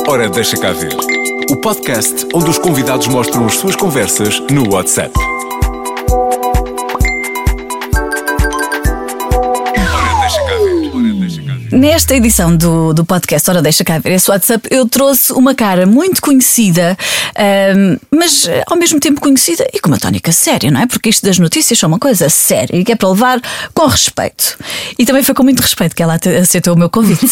Ora, deixa cá ver. O podcast onde os convidados mostram as suas conversas no WhatsApp. Nesta edição do podcast Ora Deixa Cá Ver esse WhatsApp, eu trouxe uma cara muito conhecida, mas ao mesmo tempo conhecida e com uma tónica séria, não é? Porque isto das notícias é uma coisa séria e que é para levar com respeito. E também foi com muito respeito que ela aceitou o meu convite.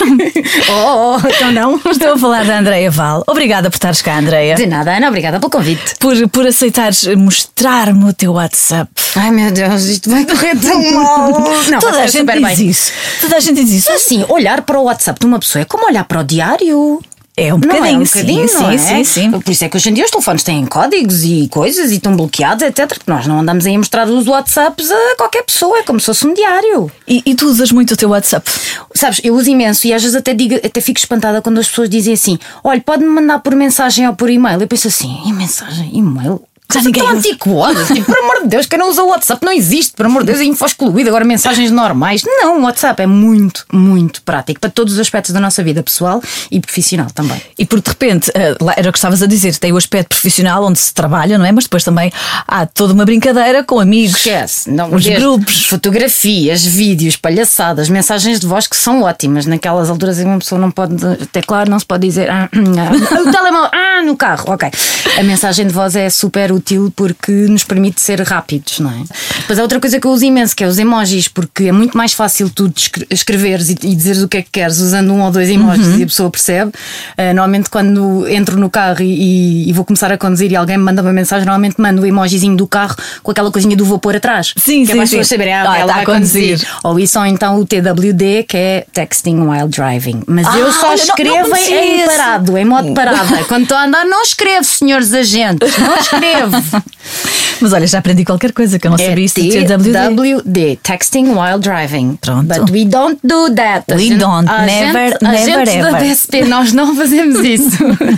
Então não. Estou a falar da Andreia Val. Obrigada por estares cá, Andreia. De nada, Ana, obrigada pelo convite. Por aceitares mostrar-me o teu WhatsApp. Ai meu Deus, isto vai correr tão mal. Não, toda a gente diz isso. Toda a gente diz isso. Assim, olhar para o WhatsApp de uma pessoa é como olhar para o diário. É um bocadinho, sim. Por isso é que hoje em dia os telefones têm códigos e coisas e estão bloqueados, etc. Porque nós não andamos aí a mostrar os WhatsApps a qualquer pessoa, é como se fosse um diário. E tu usas muito o teu WhatsApp? Sabes, eu uso imenso e às vezes até fico espantada quando as pessoas dizem assim: olha, pode-me mandar por mensagem ou por e-mail. Eu penso assim: e-mensagem, e-mail? Tão antiquadas, tipo, por amor de Deus, quem não usa o WhatsApp não existe, por amor de Deus, é info excluído, agora mensagens normais. Não, o WhatsApp é muito, muito prático para todos os aspectos da nossa vida pessoal e profissional também. E porque de repente, era o que estavas a dizer, tem o aspecto profissional onde se trabalha, não é? Mas depois também há toda uma brincadeira com amigos. Esquece, não, os grupos, fotografias, vídeos, palhaçadas, mensagens de voz que são ótimas. Naquelas alturas em que uma pessoa não pode, até claro, não se pode dizer o telemóvel, no carro, ok. A mensagem de voz é super útil porque nos permite ser rápidos, não é? Depois há outra coisa que eu uso imenso, que é os emojis, porque é muito mais fácil tu escreveres e dizeres o que é que queres usando um ou dois emojis e a pessoa percebe. Normalmente quando entro no carro e vou começar a conduzir e alguém me manda uma mensagem, normalmente mando o emojizinho do carro com aquela coisinha do vapor atrás. Sim, que é para as pessoas saberem, ela vai conduzir. Ou isso, ou então o TWD, que é Texting While Driving. Mas eu só escrevo em parado, em modo parada. Quando estou a andar, não escrevo, senhores agentes, não escrevo. Mas olha, já aprendi qualquer coisa que eu não sabia isso do TWD, Texting While Driving. Pronto. But we don't do that. Never ever. Da BSP, nós não fazemos isso.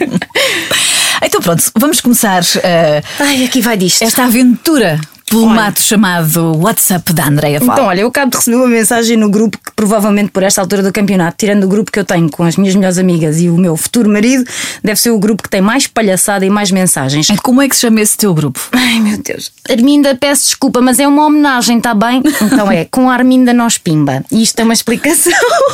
Então pronto, vamos começar aqui vai disto. esta aventura pelo mato chamado WhatsApp da Andreia Val. Então, olha, eu acabo de receber uma mensagem no grupo que provavelmente por esta altura do campeonato, tirando o grupo que eu tenho com as minhas melhores amigas e o meu futuro marido, deve ser o grupo que tem mais palhaçada e mais mensagens. E como é que se chama esse teu grupo? Ai meu Deus, Arminda, peço desculpa, mas é uma homenagem, está bem? Então é com a Arminda Nós Pimba. E isto é uma explicação.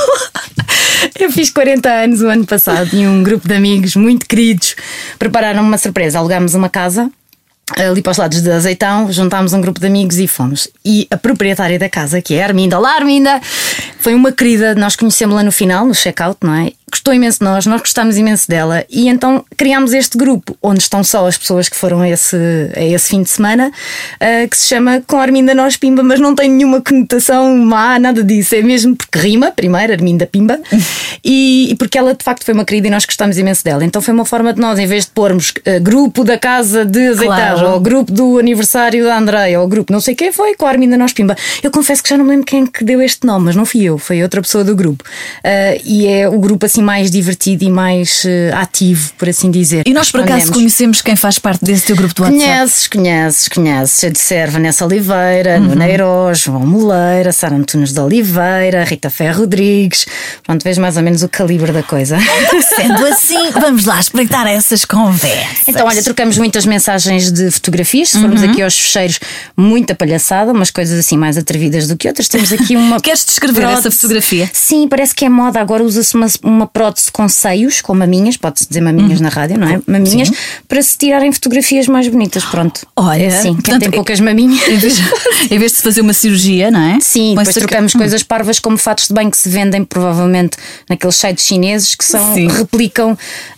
Eu fiz 40 anos o ano passado e um grupo de amigos muito queridos prepararam uma surpresa. Alugámos uma casa ali para os lados de Azeitão, juntámos um grupo de amigos e fomos. E a proprietária da casa, que é a Arminda, olá Arminda, foi uma querida, nós conhecemos-la no final, no check-out, não é? Gostou imenso de nós gostámos imenso dela e então criámos este grupo onde estão só as pessoas que foram a esse fim de semana, que se chama Com a Arminda Nós Pimba, mas não tem nenhuma conotação má, nada disso, é mesmo porque rima, primeiro, Arminda Pimba, e porque ela de facto foi uma querida e nós gostámos imenso dela. Então foi uma forma de nós, em vez de pormos grupo da casa de Azeitão, claro, ou grupo do aniversário da Andreia, ou grupo não sei quem, foi Com a Arminda Nós Pimba. Eu confesso que já não me lembro quem que deu este nome, mas não fui eu, foi outra pessoa do grupo. E é o grupo assim mais divertido e mais ativo, por assim dizer. E nós por acaso conhecemos quem faz parte desse teu grupo do WhatsApp? Conheces. Eu disse Vanessa Oliveira, Nuno Eiroz, João Moleira, Sara Antunes de Oliveira, Rita Ferro Rodrigues. Pronto, vês mais ou menos o calibre da coisa. Sendo assim, vamos lá espreitar essas conversas. Então, olha, trocamos muitas mensagens de fotografias. Se formos aqui aos fecheiros, muita palhaçada, umas coisas assim mais atrevidas do que outras. Temos aqui uma. Queres descrever essa fotografia? Sim, parece que é moda. Agora usa-se uma prótese com seios, com maminhas, pode-se dizer maminhas na rádio, não é? Maminhas, sim, para se tirarem fotografias mais bonitas. Pronto. Olha, sim, quem tem poucas maminhas. Em vez de fazer uma cirurgia, não é? Sim, depois trocamos coisas parvas como fatos de banho que se vendem provavelmente naqueles sites chineses que são, replicam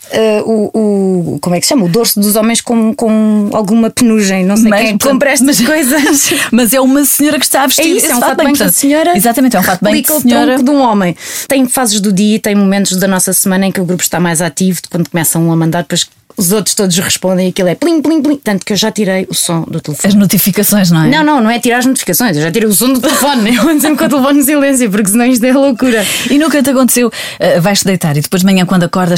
como é que se chama? O dorso dos homens com alguma penugem. Não sei quem compra estas coisas. Mas é uma senhora que está a vestir. É isso, é um fato de banho da senhora. Exatamente, é um fato de banho da senhora. O tronco de um homem. Tem fases do dia e tem momentos da nossa semana em que o grupo está mais ativo, quando começam a mandar, depois os outros todos respondem e aquilo é plim, plim, plim. Tanto que eu já tirei o som do telefone. As notificações, não é? Não é tirar as notificações, eu já tirei o som do telefone. Eu ando sempre com o telefone no silêncio, porque senão isto é loucura. E nunca te aconteceu, vais-te deitar e depois de manhã quando acordas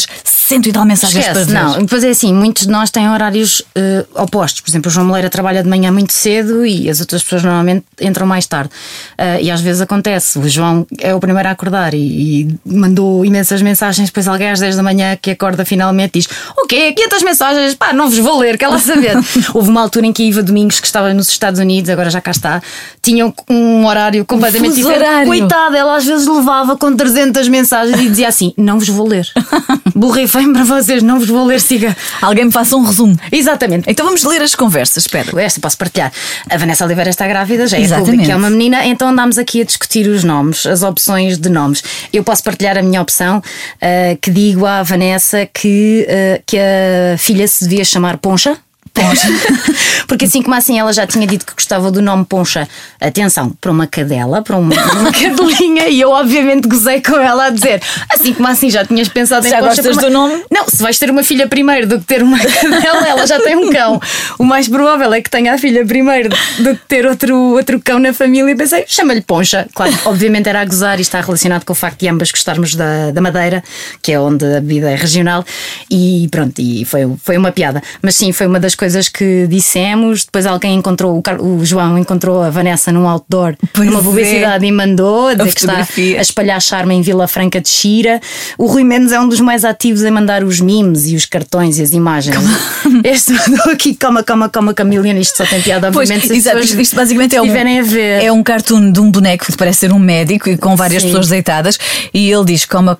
100 e tal mensagens para ver. Não, depois é assim, muitos de nós têm horários opostos. Por exemplo, o João Moleira trabalha de manhã muito cedo e as outras pessoas normalmente entram mais tarde. E às vezes acontece, o João é o primeiro a acordar e mandou imensas mensagens, depois alguém às 10 da manhã que acorda finalmente diz: o quê? 500 mensagens? Pá, não vos vou ler, quer lá saber. Houve uma altura em que a Iva Domingos, que estava nos Estados Unidos, agora já cá está, tinha um horário completamente diferente. Coitada, ela às vezes levava com 300 mensagens e dizia assim: não vos vou ler. Burra e feio para vocês, não vos vou ler, siga. Alguém me faça um resumo. Exatamente. Então vamos ler as conversas, espera. Esta posso partilhar. A Vanessa Oliveira está grávida, já é público, é uma menina, então andámos aqui a discutir os nomes, as opções de nomes. Eu posso partilhar a minha opção, que digo à Vanessa que a filha se devia chamar Poncha. Porque assim como assim ela já tinha dito que gostava do nome Poncha, atenção, para uma cadela, para uma cadelinha, e eu obviamente gozei com ela a dizer: assim como assim já tinhas pensado em já Poncha. Gostas do nome? Não, se vais ter uma filha primeiro do que ter uma cadela, ela já tem um cão. O mais provável é que tenha a filha primeiro do que ter outro cão na família. E pensei: chama-lhe Poncha. Claro, obviamente era a gozar e está relacionado com o facto de ambas gostarmos da Madeira, que é onde a bebida é regional. E pronto, e foi uma piada. Mas sim, foi uma das coisas que dissemos. Depois alguém encontrou, o João encontrou a Vanessa num outdoor, numa publicidade, e mandou a dizer que está a espalhar charme em Vila Franca de Xira. O Rui Mendes é um dos mais ativos em mandar os memes e os cartões e as imagens. Este mandou aqui: coma Camiliana. Isto só tem piada, obviamente. Pois, exato, isto basicamente é um cartoon de um boneco que parece ser um médico e com várias pessoas deitadas, e ele diz coma,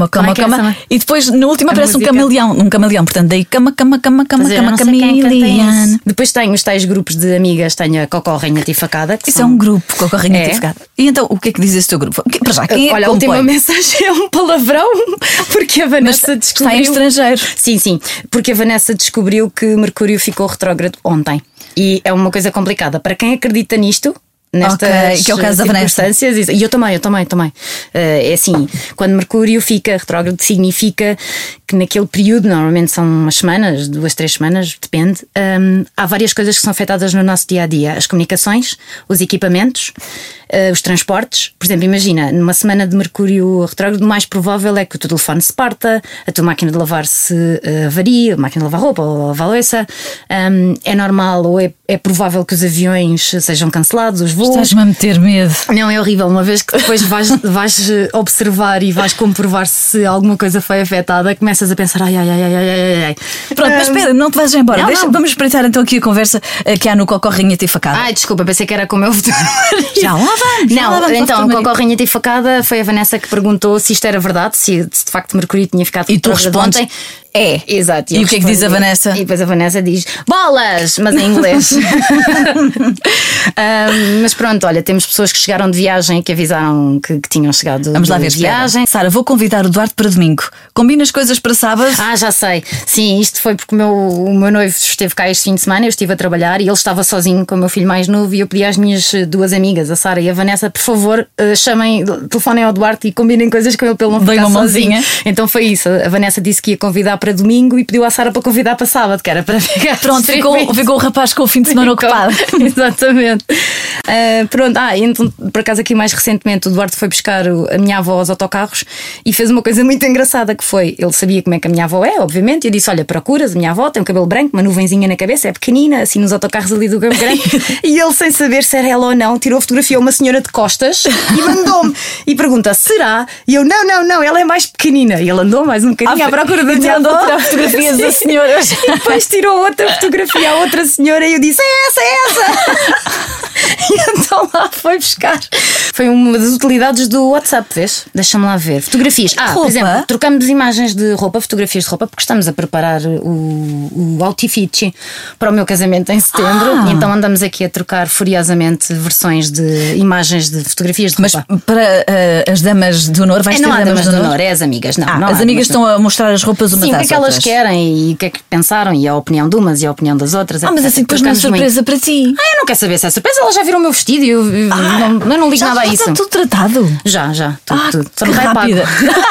e depois na última aparece um camaleão, portanto daí cama, Camiliana. Depois tenho os tais grupos de amigas, tenho a Cocó, Rainha e Facada. Isso é um grupo, Cocó, Rainha e Facada. E então o que é que diz esse teu grupo? Para já, quem é? Olha, a última mensagem é um palavrão, porque a Vanessa descobriu. Está em estrangeiro. Sim, porque a Vanessa descobriu que Mercúrio ficou retrógrado ontem. E é uma coisa complicada. Para quem acredita nisto, nestas que é o caso da Vanessa. E eu também. É assim, quando Mercúrio fica retrógrado, significa que naquele período, normalmente são umas semanas, 2, 3 semanas, depende, há várias coisas que são afetadas no nosso dia a dia: as comunicações, os equipamentos, os transportes. Por exemplo, imagina, numa semana de Mercúrio retrógrado, o mais provável é que o teu telefone se parta, a tua máquina de lavar se avarie, a máquina de lavar roupa ou lavar louça. É normal ou é provável que os aviões sejam cancelados, os voos. Estás-me a meter medo. Não, é horrível. Uma vez que depois vais observar e vais comprovar se alguma coisa foi afetada, começas a pensar: ai. Pronto, mas espera, não te vais embora. Vamos espreitar então aqui a conversa que há no Cocó, Rainha e Facada. Ai, desculpa, pensei que era com o meu futuro. Já lá vamos. Não, então, o Cocó, Rainha e Facada foi a Vanessa que perguntou se isto era verdade, se de facto Mercúrio tinha ficado. E tu respondes ontem. É. Exato. E o que é que diz a Vanessa? E depois a Vanessa diz: bolas! Mas em inglês. Mas pronto, olha, temos pessoas que chegaram de viagem, que avisaram que tinham chegado. Vamos lá ver, viagem. Sara, vou convidar o Duarte para domingo. Combinas coisas para sábado? Já sei. Sim, isto foi porque o meu noivo esteve cá este fim de semana. Eu estive a trabalhar e ele estava sozinho com o meu filho mais novo. E eu pedi às minhas 2 amigas, a Sara e a Vanessa: por favor, telefonem ao Duarte e combinem coisas com ele para ele não ficar sozinho. Então foi isso. A Vanessa disse que ia convidar para domingo e pediu à Sara para convidar para sábado, que era para ficar. Pronto, ficou o rapaz com o fim de semana ocupado. Exatamente. Pronto, então por acaso aqui mais recentemente o Duarte foi buscar a minha avó aos autocarros e fez uma coisa muito engraçada, que foi: ele sabia como é que a minha avó é, obviamente, e eu disse: olha, procuras, a minha avó tem um cabelo branco, uma nuvenzinha na cabeça, é pequenina, assim nos autocarros ali do Campo Grande. E ele, sem saber se era ela ou não, tirou a fotografia a uma senhora de costas e mandou-me e pergunta: será? E eu: não, ela é mais pequenina. E ele andou mais um bocadinho à procura da minha avó, tirar fotografias das senhoras. E depois tirou outra fotografia a outra senhora e eu disse: é essa. E então lá foi buscar. Foi uma das utilidades do WhatsApp, vês? Deixa-me lá ver. Fotografias. Por exemplo, trocamos imagens de roupa, fotografias de roupa, porque estamos a preparar o outfit para o meu casamento em setembro. E então andamos aqui a trocar furiosamente versões de imagens de fotografias de roupa. Mas para as damas de honor, vais ter damas de honor? É as amigas, não as amigas estão a mostrar as roupas umas às outras. Sim, o que é que elas querem e o que é que pensaram, e a opinião de umas e a opinião das outras. Mas assim depois não é surpresa para ti. Eu não quero saber se é surpresa. Elas já viram o meu vestido e eu não ligo nada a isso. Está tudo tratado? Já. Tudo. Que rápida.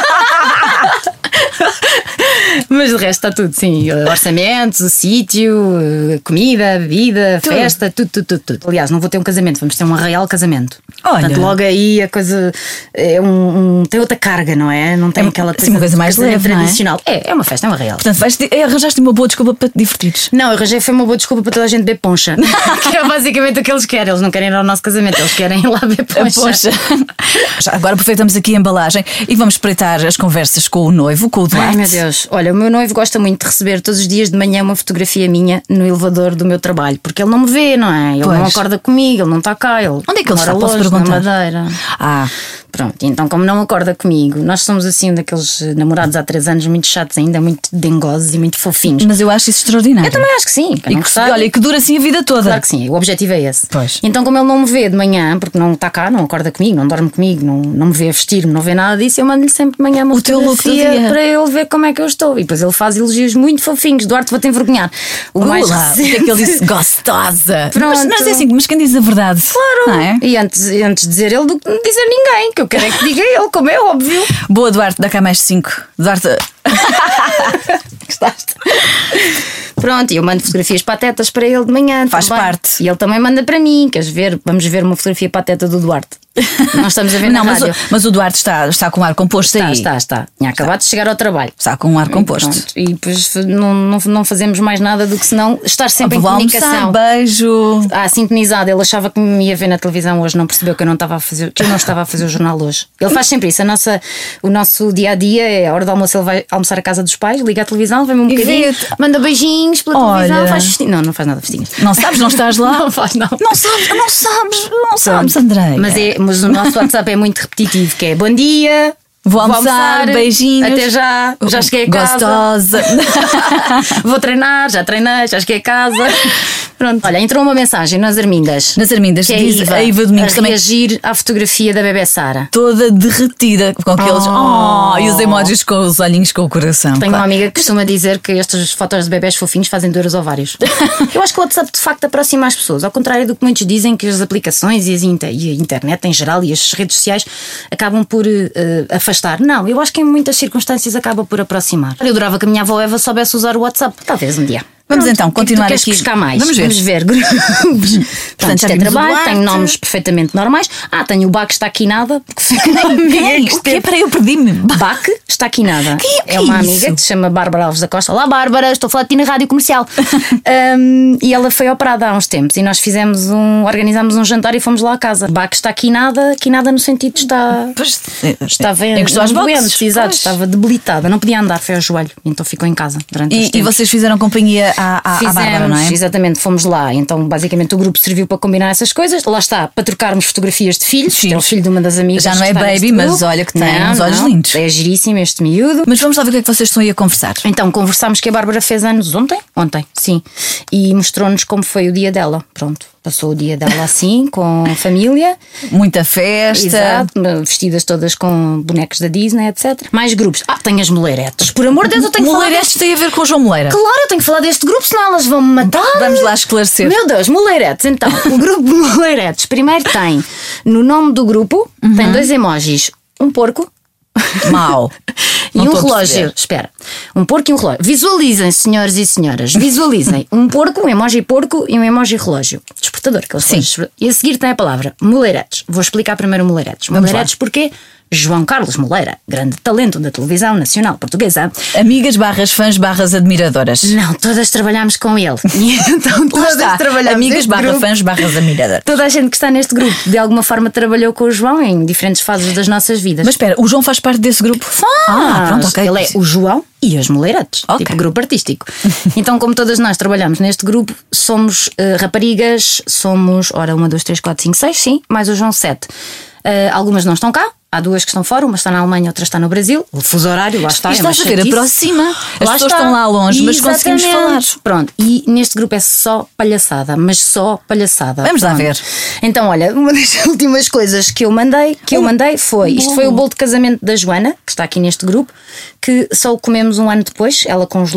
Mas de resto está tudo, sim. Orçamentos, o sítio, comida, bebida, festa, tudo. Aliás, não vou ter um casamento, vamos ter um real casamento. Olha. Portanto, logo aí a coisa é tem outra carga, não é? Não tem aquela coisa, uma coisa mais leve, tradicional. É uma festa, é uma real. Portanto, arranjaste uma boa desculpa para te divertires. Não, eu arranjei foi uma boa desculpa para toda a gente beber poncha. Que é basicamente o que eles querem. Eles não querem ir ao nosso casamento, eles querem ir lá beber poncha. Já agora aproveitamos aqui a embalagem e vamos espreitar as conversas com o noivo, com o Duarte. Ai meu Deus, olha, o meu noivo gosta muito de receber todos os dias de manhã uma fotografia minha no elevador do meu trabalho, porque ele não me vê, não é? Ele não acorda comigo, ele não está cá. Onde é que ele está? Posso perguntar? Na Madeira. Pronto, então como não acorda comigo, nós somos assim daqueles namorados há 3 anos muito chatos ainda, muito dengosos e muito fofinhos. Mas eu acho isso extraordinário. Eu também acho que sim. E que dura assim a vida toda. Claro que sim, o objetivo é esse. Pois. Então como ele não me vê de manhã, porque não está cá, não acorda comigo, não dorme comigo, não me vê a vestir-me, não vê nada disso, eu mando-lhe sempre de manhã uma fotografia para ele ver como é que eu estou. E depois ele faz elogios muito fofinhos. Duarte, vou-te envergonhar. O que é que ele disse? Gostosa. Pronto. Mas é assim, mas quem diz a verdade? Claro. Não é? E antes de dizer ele do que de dizer ninguém, que eu quero é que diga ele, como é óbvio. Boa, Duarte, dá cá mais 5. Duarte. Gostaste? Pronto, e eu mando fotografias patetas para ele de manhã. Faz também. parte. E ele também manda para mim. Queres ver? Vamos ver uma fotografia pateta do Duarte. Nós estamos a ver na rádio. Mas o Duarte está com um ar composto aí. Está. Tinha acabado de chegar ao trabalho. Está com um ar composto. E depois não fazemos mais nada do que senão estar sempre em comunicação. Almoçar, beijo. Sintonizado. Ele achava que me ia ver na televisão hoje, não percebeu que eu não estava a fazer o jornal hoje. Ele faz sempre isso. O nosso dia a dia é a hora do almoço. Ele vai almoçar à casa dos pais, liga a televisão, vem-me um bocadinho, manda beijinhos pela televisão, faz festinhas. Não faz nada de festinhas. Não sabes, não estás lá? Não faz, não. Não sabes, André. Mas o nosso WhatsApp é muito repetitivo, que é bom dia. Vou almoçar, beijinhos. Até já cheguei a casa. Gostosa. Vou treinar, já treinei, já cheguei a casa. Pronto. Olha, entrou uma mensagem nas Armindas. Nas Armindas, que diz a Iva Domingos também. Reagir à fotografia da bebé Sara. Toda derretida com aqueles. E os emojis com os olhinhos com o coração. Tenho uma amiga que costuma dizer que estas fotos de bebés fofinhos fazem dor aos ovários. Eu acho que o WhatsApp de facto aproxima as pessoas. Ao contrário do que muitos dizem, que as aplicações e a internet em geral e as redes sociais acabam por afastar. Não, eu acho que em muitas circunstâncias acaba por aproximar. Eu adorava que a minha avó Eva soubesse usar o WhatsApp. Talvez um dia. Vamos então continuar que aqui. Buscar mais. Vamos ver grupos. Portanto, já trabalho, tenho nomes perfeitamente normais. Tenho o Bac está aqui nada. Peraí, eu perdi-me. Bac está aqui nada. É uma amiga que se chama Bárbara Alves da Costa. Olá, Bárbara, estou a falar de ti na rádio comercial. E ela foi operada há uns tempos e nós organizámos um jantar e fomos lá à casa. Bac está aqui nada no sentido de estava doente, exato, estava debilitada, não podia andar, foi ao joelho, então ficou em casa durante os tempos. E vocês fizeram companhia à Bárbara, não é? Exatamente, fomos lá. Então, basicamente, o grupo serviu para combinar essas coisas. Lá está, para trocarmos fotografias de filhos. É o filho de uma das amigas. Já não é baby, mas olha que tem uns olhos lindos. É giríssimo este miúdo. Mas vamos lá ver o que é que vocês estão aí a conversar. Então, conversámos que a Bárbara fez anos ontem, sim. E mostrou-nos como foi o dia dela. Pronto. Passou o dia dela assim, com a família. Muita festa. Exato, vestidas todas com bonecos da Disney, etc. Mais grupos. Tenho as Moleiretes. Por amor de Deus, eu tenho que falar. Moleiretes tem a ver com o João Moleira. Claro, eu tenho que falar deste grupo, senão elas vão me matar. Vamos lá esclarecer. Meu Deus, Moleiretes. Então, o grupo de Moleiretes primeiro tem, no nome do grupo, tem 2 emojis. Um porco. Mau. E um relógio. Espera. Um porco e um relógio. Visualizem, senhores e senhoras. Visualizem um porco, um emoji porco e um emoji relógio. Despertador. E a seguir tem a palavra Moleiretes. Vou explicar primeiro Moleiretes. Moleiretes porquê? João Carlos Moleira, grande talento da televisão nacional portuguesa. Amigas / fãs / admiradoras. Não, todas trabalhamos com ele. Então todas trabalhamos. Amigas / fãs / admiradoras. Toda a gente que está neste grupo de alguma forma trabalhou com o João em diferentes fases das nossas vidas. Mas espera, o João faz parte desse grupo? Pronto, ok. Ele é o João e as Moleiretes, tipo grupo artístico. Então, como todas nós trabalhamos neste grupo, somos raparigas, somos, 1, 2, 3, 4, 5, 6, sim, mais o João 7. Algumas não estão cá. Há 2 que estão fora, uma está na Alemanha, outra está no Brasil. O fuso horário, lá está. Estás a ver, aproxima. As pessoas estão lá longe, mas conseguimos falar. Pronto, e neste grupo é só palhaçada, mas só palhaçada. Vamos lá ver. Então, olha, uma das últimas coisas que eu mandei foi, isto foi o bolo de casamento da Joana, que está aqui neste grupo, que só o comemos um ano depois, ela congelou.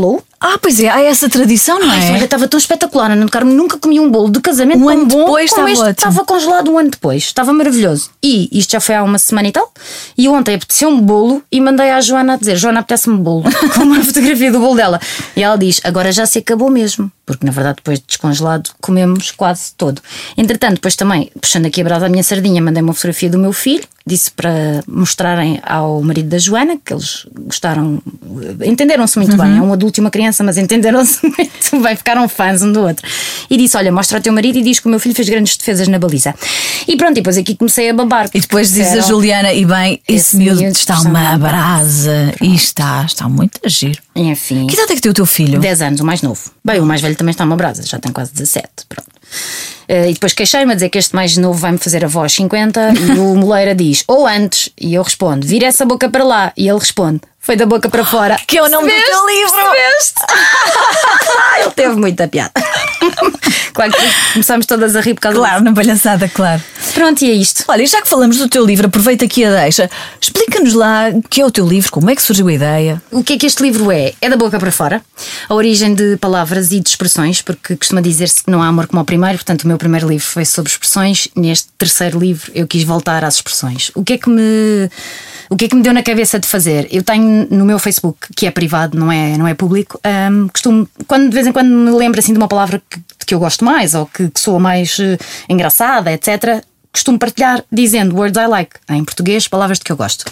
Pois é, há essa tradição, não é? Olha, estava tão espetacular, Ana do Carmo. Nunca comi um bolo de casamento Um tão ano bom depois como estava este. ótimo. Estava congelado um ano depois. Estava maravilhoso. E isto já foi há uma semana e tal. E ontem apeteceu-me bolo e mandei à Joana a dizer: Joana, apetece-me bolo. Com uma fotografia do bolo dela. E ela diz: agora já se acabou mesmo. Porque na verdade depois de descongelado comemos quase todo. Entretanto, depois também, puxando aqui a brasa da minha sardinha, mandei uma fotografia do meu filho. Disse para mostrarem ao marido da Joana, que eles gostaram, entenderam-se muito bem. É um adulto e uma criança, mas entenderam-se muito bem, ficaram fãs um do outro. E disse: olha, mostra ao teu marido e diz que o meu filho fez grandes defesas na baliza. E pronto, e depois aqui comecei a babar. E depois diz a Juliana: e bem, esse miúdo está uma brasa. E está muito a giro. Enfim. Que idade é que tem o teu filho? 10 anos, o mais novo. Bem, o mais velho também está uma brasa, já tem quase 17. Pronto. E depois queixei-me a dizer que este mais novo vai-me fazer avó aos 50. E o Moleira diz: ou antes. E eu respondo: vira essa boca para lá. E ele responde: foi da boca para fora. Que é o nome do teu livro. Ele teve muita piada. Claro que começámos todas a rir por causa Claro, na palhaçada, claro. Pronto, e é isto. Olha, já que falamos do teu livro, aproveita aqui a deixa. Explica-nos lá o que é o teu livro, como é que surgiu a ideia. O que é que este livro é? É da boca para fora. A origem de palavras e de expressões, porque costuma dizer-se que não há amor como o primeiro. Portanto, o meu primeiro livro foi sobre expressões. Neste terceiro livro eu quis voltar às expressões. O que é que me deu na cabeça de fazer? Eu tenho no meu Facebook, que é privado, não é público, costumo, de vez em quando me lembro assim de uma palavra que eu gosto mais ou que soa mais engraçada, etc., costumo partilhar dizendo words I like, em português, palavras de que eu gosto.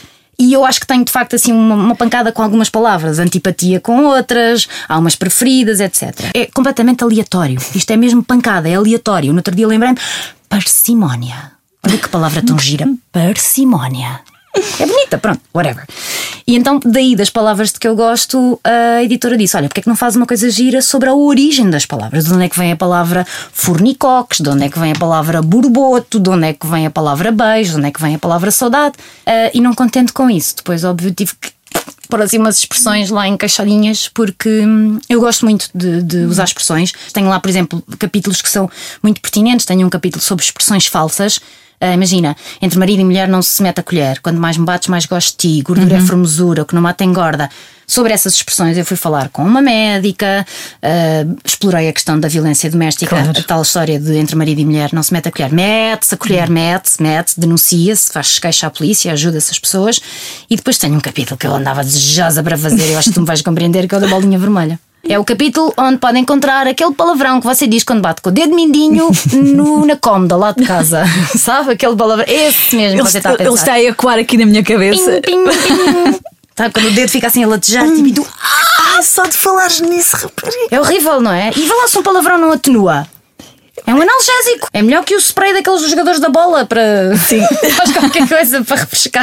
E eu acho que tenho de facto assim uma pancada com algumas palavras, antipatia com outras, há umas preferidas, etc. É completamente aleatório. Isto é mesmo pancada, é aleatório. No outro dia lembrei-me: parcimónia. Olha que palavra tão gira, parcimónia. É bonita, pronto, whatever. E então, daí das palavras de que eu gosto, a editora disse: olha, porque é que não faz uma coisa gira sobre a origem das palavras? De onde é que vem a palavra fornicoques? De onde é que vem a palavra borboto? De onde é que vem a palavra beijo? De onde é que vem a palavra saudade? E não contente com isso, depois óbvio tive que pôr assim umas expressões lá encaixadinhas, porque eu gosto muito de usar expressões. Tenho lá, por exemplo, capítulos que são muito pertinentes. Tenho um capítulo sobre expressões falsas. Imagina, entre marido e mulher não se mete a colher. Quando mais me bates, mais gosto de ti. Gordura é formosura, o que não mata engorda. Sobre essas expressões eu fui falar com uma médica, explorei a questão da violência doméstica, claro. A tal história de entre marido e mulher não se mete a colher. Mete-se a colher, mete-se, denuncia-se, faz queixa à polícia, ajuda-se as pessoas. E depois tenho um capítulo que eu andava desejosa para fazer, eu acho que tu me vais compreender, que é o da bolinha vermelha. É o capítulo onde pode encontrar aquele palavrão que você diz quando bate com o dedo mindinho na cômoda lá de casa. Sabe? Aquele palavrão, esse mesmo que você está a pensar. Ele está a ecoar aqui na minha cabeça. Pim, pim, pim. Sabe? Quando o dedo fica assim a latejar, tipo, e tu... só de falares nisso, rapariga. É horrível, não é? E vê lá se um palavrão não atenua. É um analgésico. É melhor que o spray daqueles jogadores da bola para... Sim. Faz qualquer coisa para refrescar.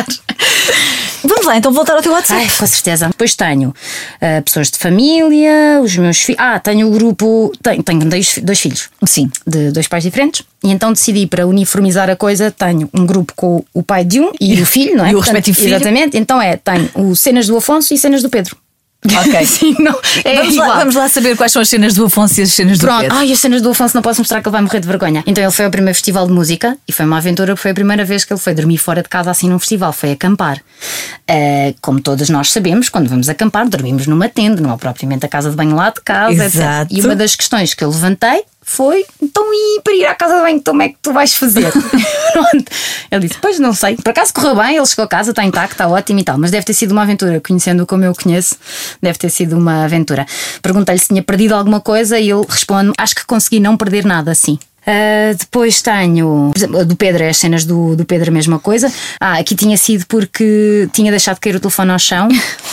Vamos lá, então voltar ao teu WhatsApp. Com certeza. Depois tenho pessoas de família, os meus filhos. Tenho o grupo. Tenho dois filhos. Sim. De dois pais diferentes. E então decidi, para uniformizar a coisa, tenho um grupo com o pai de um e o filho, não é? E o respectivo filho. Exatamente. Então tenho o cenas do Afonso e cenas do Pedro. Ok. Sim, não, vamos lá saber quais são as cenas do Afonso e as cenas do Pedro. As cenas do Afonso não posso mostrar, que ele vai morrer de vergonha. Então ele foi ao primeiro festival de música e foi uma aventura, porque foi a primeira vez que ele foi dormir fora de casa assim num festival, foi acampar. Como todos nós sabemos, quando vamos acampar dormimos numa tenda, não é propriamente a casa de banho lá de casa. Exato. Etc. E uma das questões que eu levantei foi: então, e para ir à casa de banho, como é que tu vais fazer? Ele disse: pois não sei. Por acaso correu bem, ele chegou a casa, está intacto, está ótimo e tal. Mas deve ter sido uma aventura, conhecendo-o como eu conheço, deve ter sido uma aventura. Perguntei-lhe se tinha perdido alguma coisa e ele responde: acho que consegui não perder nada assim. Depois tenho, por exemplo, do Pedro, as cenas do Pedro, a mesma coisa. Aqui tinha sido porque tinha deixado cair o telefone ao chão.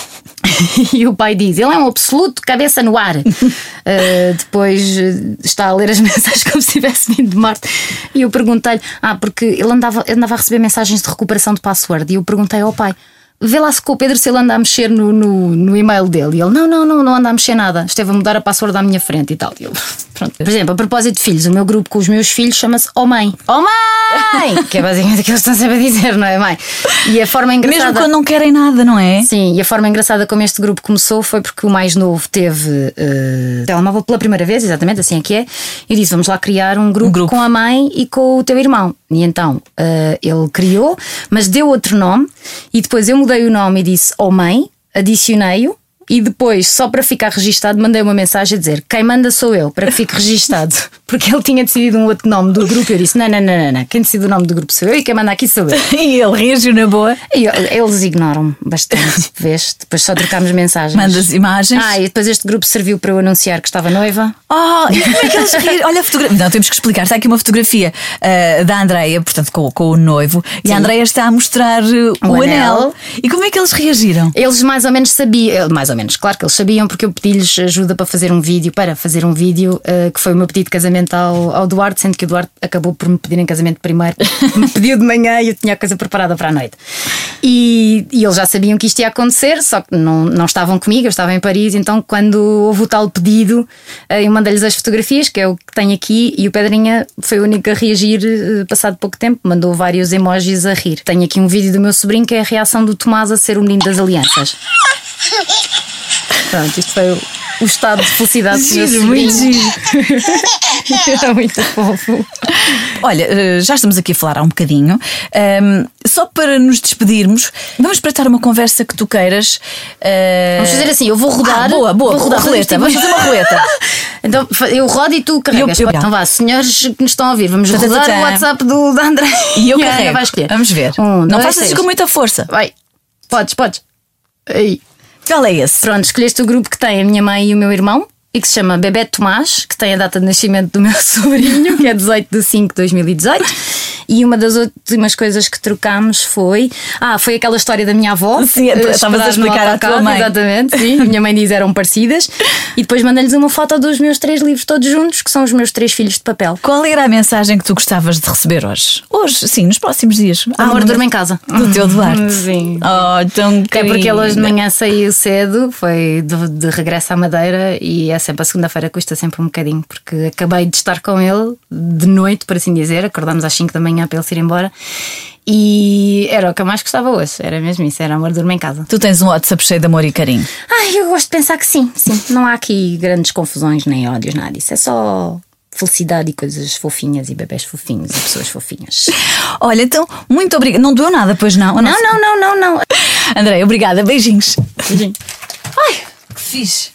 E o pai diz: ele é um absoluto cabeça no ar. Depois está a ler as mensagens como se tivesse vindo de Marte. E eu perguntei-lhe: porque ele andava a receber mensagens de recuperação de password. E eu perguntei ao pai: vê lá se com o Pedro se ele anda a mexer no e-mail dele. E ele: não anda a mexer nada. Esteve a mudar a password à minha frente e tal. E eu, pronto. Por exemplo, a propósito de filhos, o meu grupo com os meus filhos chama-se Oh Mãe. Oh Mãe! Que é basicamente o que eles estão sempre a dizer, não é, mãe? E a forma engraçada... Mesmo quando não querem nada, não é? Sim, e a forma engraçada como este grupo começou foi porque o mais novo teve telemóvel pela primeira vez, exatamente, assim é que é. Eu disse: vamos lá criar um grupo com a mãe e com o teu irmão. E então ele criou, mas deu outro nome. E depois eu mudei o nome e disse: Oh Mãe, adicionei-o. E depois, só para ficar registado, mandei uma mensagem a dizer: quem manda sou eu, para que fique registado. Porque ele tinha decidido um outro nome do grupo. Eu disse: não, quem decide o nome do grupo sou eu e quem manda aqui sou eu. E ele reagiu na boa. E eles ignoram-me bastante, vês? Depois só trocámos mensagens. Mandas imagens. E depois este grupo serviu para eu anunciar que estava noiva. E como é que eles riram? Olha a fotografia. Não, temos que explicar. Está aqui uma fotografia da Andreia, portanto, com o noivo. E a Andreia está a mostrar o anel. E como é que eles reagiram? Eles mais ou menos sabiam. Mais ou menos, claro que eles sabiam, porque eu pedi-lhes ajuda para fazer um vídeo, que foi o meu pedido de casamento ao Duarte, sendo que o Duarte acabou por me pedir em casamento primeiro. Me pediu de manhã e eu tinha a coisa preparada para a noite. E eles já sabiam que isto ia acontecer, só que não estavam comigo, eu estava em Paris. Então, quando houve o tal pedido, eu mandei-lhes as fotografias, que é o que tenho aqui, e o Pedrinha foi o único a reagir passado pouco tempo, mandou vários emojis a rir. Tenho aqui um vídeo do meu sobrinho, que é a reação do Tomás a ser o menino das alianças. Pronto, isto foi o estado de felicidade do meu sobrinho. Muito giro. Era muito fofo. Olha, já estamos aqui a falar há um bocadinho. Só para nos despedirmos, vamos espreitar uma conversa que tu queiras. Vamos fazer assim, eu vou rodar. Boa, vou rodar roleta. Vamos fazer uma roleta. Então eu rodo e tu carregas. Então vá, senhores que nos estão a ouvir, vamos rodar o WhatsApp da André. E eu carrego. Vamos ver. Não faças isso com muita força. Vai, podes. Aí. Qual é esse? Pronto, escolheste o grupo que tem a minha mãe e o meu irmão e que se chama Bebé Tomás, que tem a data de nascimento do meu sobrinho, que é 18/5/2018. E uma das últimas coisas que trocámos foi aquela história da minha avó. Sim, estavas a explicar à tua mãe. Exatamente, sim. A minha mãe diz eram parecidas. E depois mandei-lhes uma foto dos meus 3 livros todos juntos, que são os meus 3 filhos de papel. Qual era a mensagem que tu gostavas de receber hoje? Hoje, sim, nos próximos dias. Amor, durmo em casa. Do teu Duarte. Sim. Tão querido. É porque ele hoje de manhã saiu cedo, foi de regresso à Madeira, e é sempre a segunda-feira custa sempre um bocadinho, porque acabei de estar com ele de noite, por assim dizer. Acordámos às 5 da manhã para ele se ir embora. E era o que eu mais gostava hoje. Era mesmo isso, era amor, durmo em casa. Tu tens um WhatsApp cheio de amor e carinho? Eu gosto de pensar que sim. Não há aqui grandes confusões nem ódios, nada disso. É só felicidade e coisas fofinhas e bebés fofinhos e pessoas fofinhas. Olha, então, muito obrigada. Não doeu nada, pois não? Não. Andréia, obrigada. Beijinhos. Beijinho. Ai, que fixe.